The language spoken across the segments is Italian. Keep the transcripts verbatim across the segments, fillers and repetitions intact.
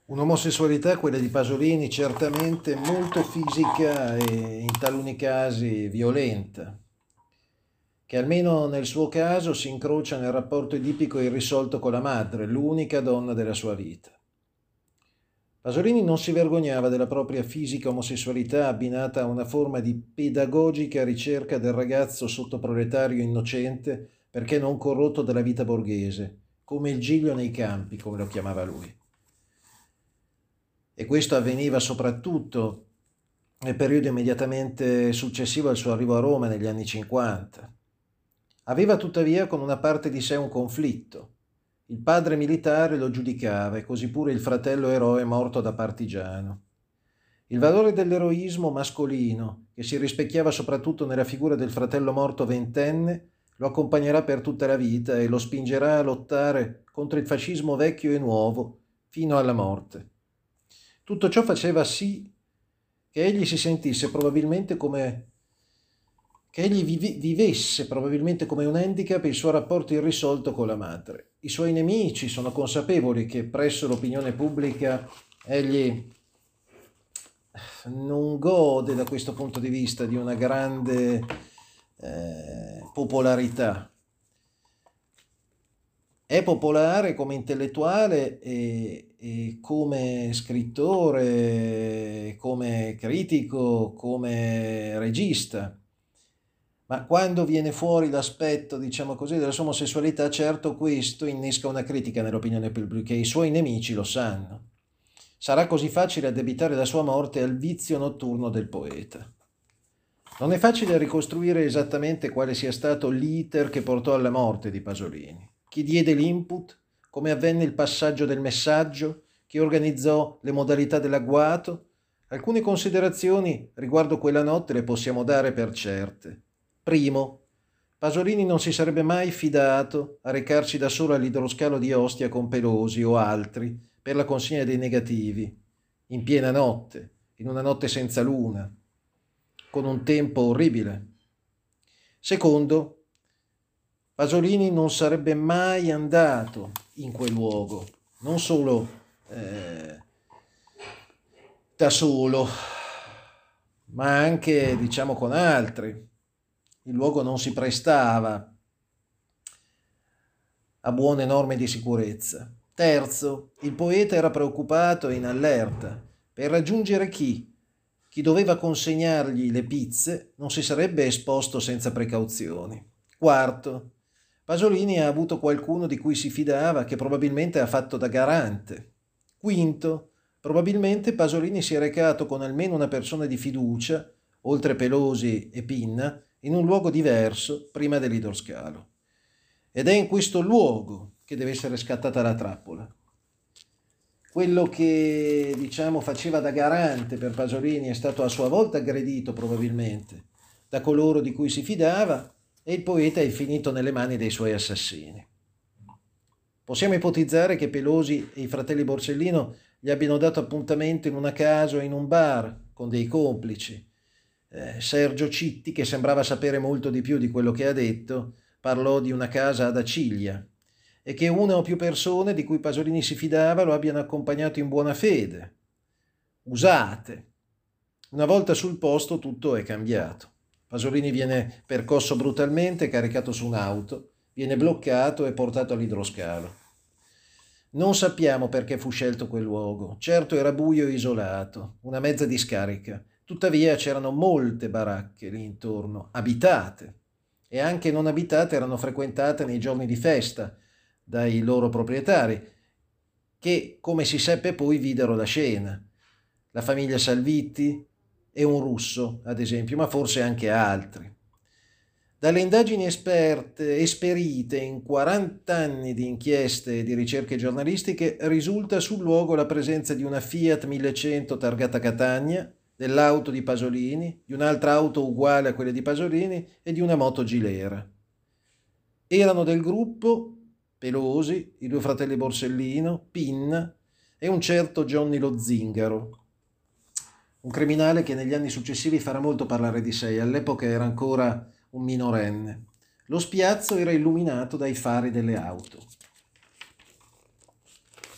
Un'omosessualità, quella di Pasolini, certamente molto fisica e in taluni casi violenta, che almeno nel suo caso si incrocia nel rapporto edipico irrisolto con la madre, l'unica donna della sua vita. Pasolini non si vergognava della propria fisica omosessualità abbinata a una forma di pedagogica ricerca del ragazzo sottoproletario innocente perché non corrotto dalla vita borghese, come il Giglio nei campi, come lo chiamava lui. E questo avveniva soprattutto nel periodo immediatamente successivo al suo arrivo a Roma negli anni cinquanta. Aveva tuttavia con una parte di sé un conflitto. Il padre militare lo giudicava e così pure il fratello eroe morto da partigiano. Il valore dell'eroismo mascolino, che si rispecchiava soprattutto nella figura del fratello morto ventenne, lo accompagnerà per tutta la vita e lo spingerà a lottare contro il fascismo vecchio e nuovo fino alla morte. Tutto ciò faceva sì che egli si sentisse probabilmente come che egli vive, vivesse probabilmente come un handicap il suo rapporto irrisolto con la madre. I suoi nemici sono consapevoli che presso l'opinione pubblica egli non gode da questo punto di vista di una grande eh, popolarità. È popolare come intellettuale e, e come scrittore, come critico, come regista. Ma quando viene fuori l'aspetto, diciamo così, della sua omosessualità, certo questo innesca una critica nell'opinione pubblica e i suoi nemici lo sanno. Sarà così facile addebitare la sua morte al vizio notturno del poeta. Non è facile ricostruire esattamente quale sia stato l'iter che portò alla morte di Pasolini. Chi diede l'input, come avvenne il passaggio del messaggio, chi organizzò le modalità dell'agguato. Alcune considerazioni riguardo quella notte le possiamo dare per certe. Primo, Pasolini non si sarebbe mai fidato a recarsi da solo all'idroscalo di Ostia con Pelosi o altri per la consegna dei negativi, in piena notte, in una notte senza luna, con un tempo orribile. Secondo, Pasolini non sarebbe mai andato in quel luogo, non solo eh, da solo, ma anche, diciamo, con altri. Il luogo non si prestava a buone norme di sicurezza. Terzo, il poeta era preoccupato e in allerta. Per raggiungere chi? Chi doveva consegnargli le pizze non si sarebbe esposto senza precauzioni. Quarto, Pasolini ha avuto qualcuno di cui si fidava che probabilmente ha fatto da garante. Quinto, probabilmente Pasolini si è recato con almeno una persona di fiducia, oltre Pelosi e Pinna, in un luogo diverso prima dell'idroscalo. Ed è in questo luogo che deve essere scattata la trappola. Quello che, diciamo, faceva da garante per Pasolini è stato a sua volta aggredito probabilmente da coloro di cui si fidava e il poeta è finito nelle mani dei suoi assassini. Possiamo ipotizzare che Pelosi e i fratelli Borsellino gli abbiano dato appuntamento in una casa o in un bar con dei complici. Eh, Sergio Citti, che sembrava sapere molto di più di quello che ha detto, parlò di una casa ad Aciglia e che una o più persone di cui Pasolini si fidava lo abbiano accompagnato in buona fede. Usate. Una volta sul posto tutto è cambiato. Pasolini viene percosso brutalmente, caricato su un'auto, viene bloccato e portato all'idroscalo. Non sappiamo perché fu scelto quel luogo. Certo era buio e isolato, una mezza discarica. Tuttavia c'erano molte baracche lì intorno, abitate, e anche non abitate erano frequentate nei giorni di festa dai loro proprietari, che, come si seppe poi, videro la scena. La famiglia Salvitti e un russo, ad esempio, ma forse anche altri. Dalle indagini esperte, esperite in quaranta anni di inchieste e di ricerche giornalistiche, risulta sul luogo la presenza di una Fiat millecento targata Catania, dell'auto di Pasolini, di un'altra auto uguale a quelle di Pasolini e di una moto Gilera. Erano del gruppo Pelosi, i due fratelli Borsellino, Pinna e un certo Johnny Lo Zingaro, un criminale che negli anni successivi farà molto parlare di sé, all'epoca era ancora un minorenne. Lo spiazzo era illuminato dai fari delle auto.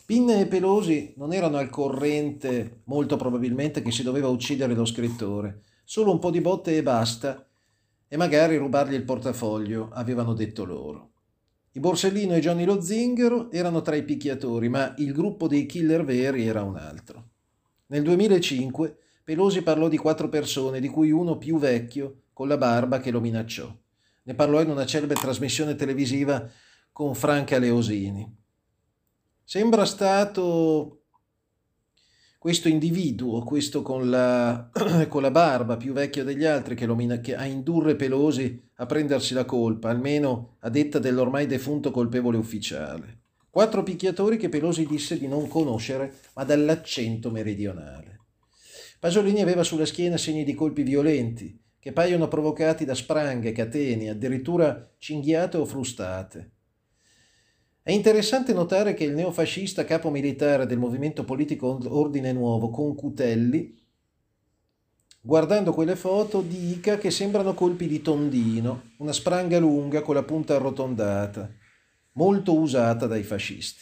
Pinne e Pelosi non erano al corrente, molto probabilmente, che si doveva uccidere lo scrittore, solo un po' di botte e basta, e magari rubargli il portafoglio, avevano detto loro. I Borsellino e Johnny Lo Zingaro erano tra i picchiatori, ma il gruppo dei killer veri era un altro. Nel duemilacinque Pelosi parlò di quattro persone, di cui uno più vecchio, con la barba, che lo minacciò. Ne parlò in una celebre trasmissione televisiva con Franca Leosini. Sembra stato questo individuo, questo con la, con la barba più vecchio degli altri, che, lo min- che a indurre Pelosi a prendersi la colpa, almeno a detta dell'ormai defunto colpevole ufficiale. Quattro picchiatori che Pelosi disse di non conoscere, ma dall'accento meridionale. Pasolini aveva sulla schiena segni di colpi violenti, che paiono provocati da spranghe, catene, addirittura cinghiate o frustate. È interessante notare che il neofascista capo militare del movimento politico Ordine Nuovo, Concutelli, guardando quelle foto, dica che sembrano colpi di tondino, una spranga lunga con la punta arrotondata, molto usata dai fascisti,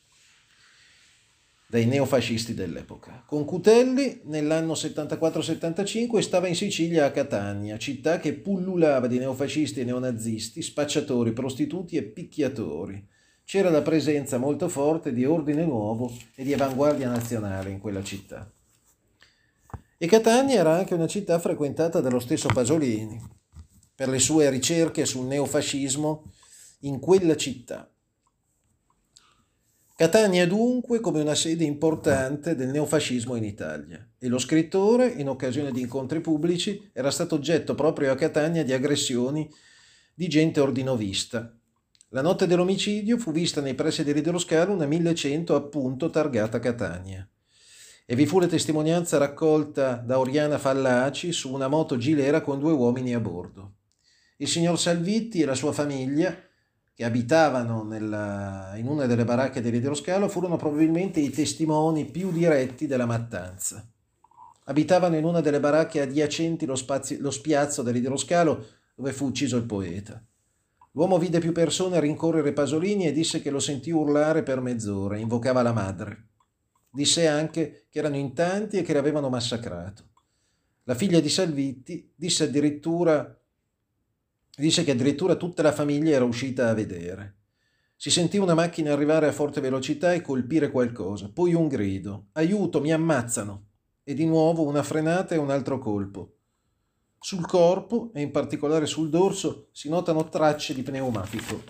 dai neofascisti dell'epoca. Concutelli nell'anno settantaquattro settantacinque stava in Sicilia a Catania, città che pullulava di neofascisti e neonazisti, spacciatori, prostituti e picchiatori. C'era la presenza molto forte di Ordine Nuovo e di Avanguardia Nazionale in quella città. E Catania era anche una città frequentata dallo stesso Pasolini, per le sue ricerche sul neofascismo in quella città. Catania dunque come una sede importante del neofascismo in Italia, e lo scrittore, in occasione di incontri pubblici, era stato oggetto proprio a Catania di aggressioni di gente ordinovista. La notte dell'omicidio fu vista nei pressi di Rio dello Scalo una millecento appunto targata Catania. E vi fu la testimonianza raccolta da Oriana Fallaci su una moto gilera con due uomini a bordo. Il signor Salvitti e la sua famiglia, che abitavano nella, in una delle baracche di Rio dello Scalo, furono probabilmente i testimoni più diretti della mattanza. Abitavano in una delle baracche adiacenti lo, spazio, lo spiazzo di Rio dello Scalo, dove fu ucciso il poeta. L'uomo vide più persone rincorrere Pasolini e disse che lo sentì urlare per mezz'ora, invocava la madre. Disse anche che erano in tanti e che l'avevano massacrato. La figlia di Salvitti disse addirittura, disse che addirittura tutta la famiglia era uscita a vedere. Si sentì una macchina arrivare a forte velocità e colpire qualcosa, poi un grido: «Aiuto, mi ammazzano!» E di nuovo una frenata e un altro colpo. Sul corpo, e in particolare sul dorso, si notano tracce di pneumatico,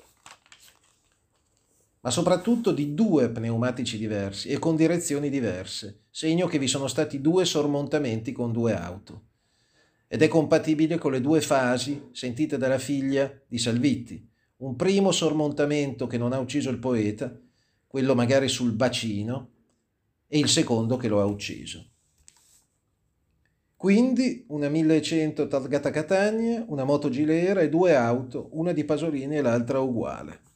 ma soprattutto di due pneumatici diversi e con direzioni diverse, segno che vi sono stati due sormontamenti con due auto. Ed è compatibile con le due fasi sentite dalla figlia di Salvitti. Un primo sormontamento che non ha ucciso il poeta, quello magari sul bacino, e il secondo che lo ha ucciso. Quindi una millecento targata Catania, una moto gilera e due auto, una di Pasolini e l'altra uguale.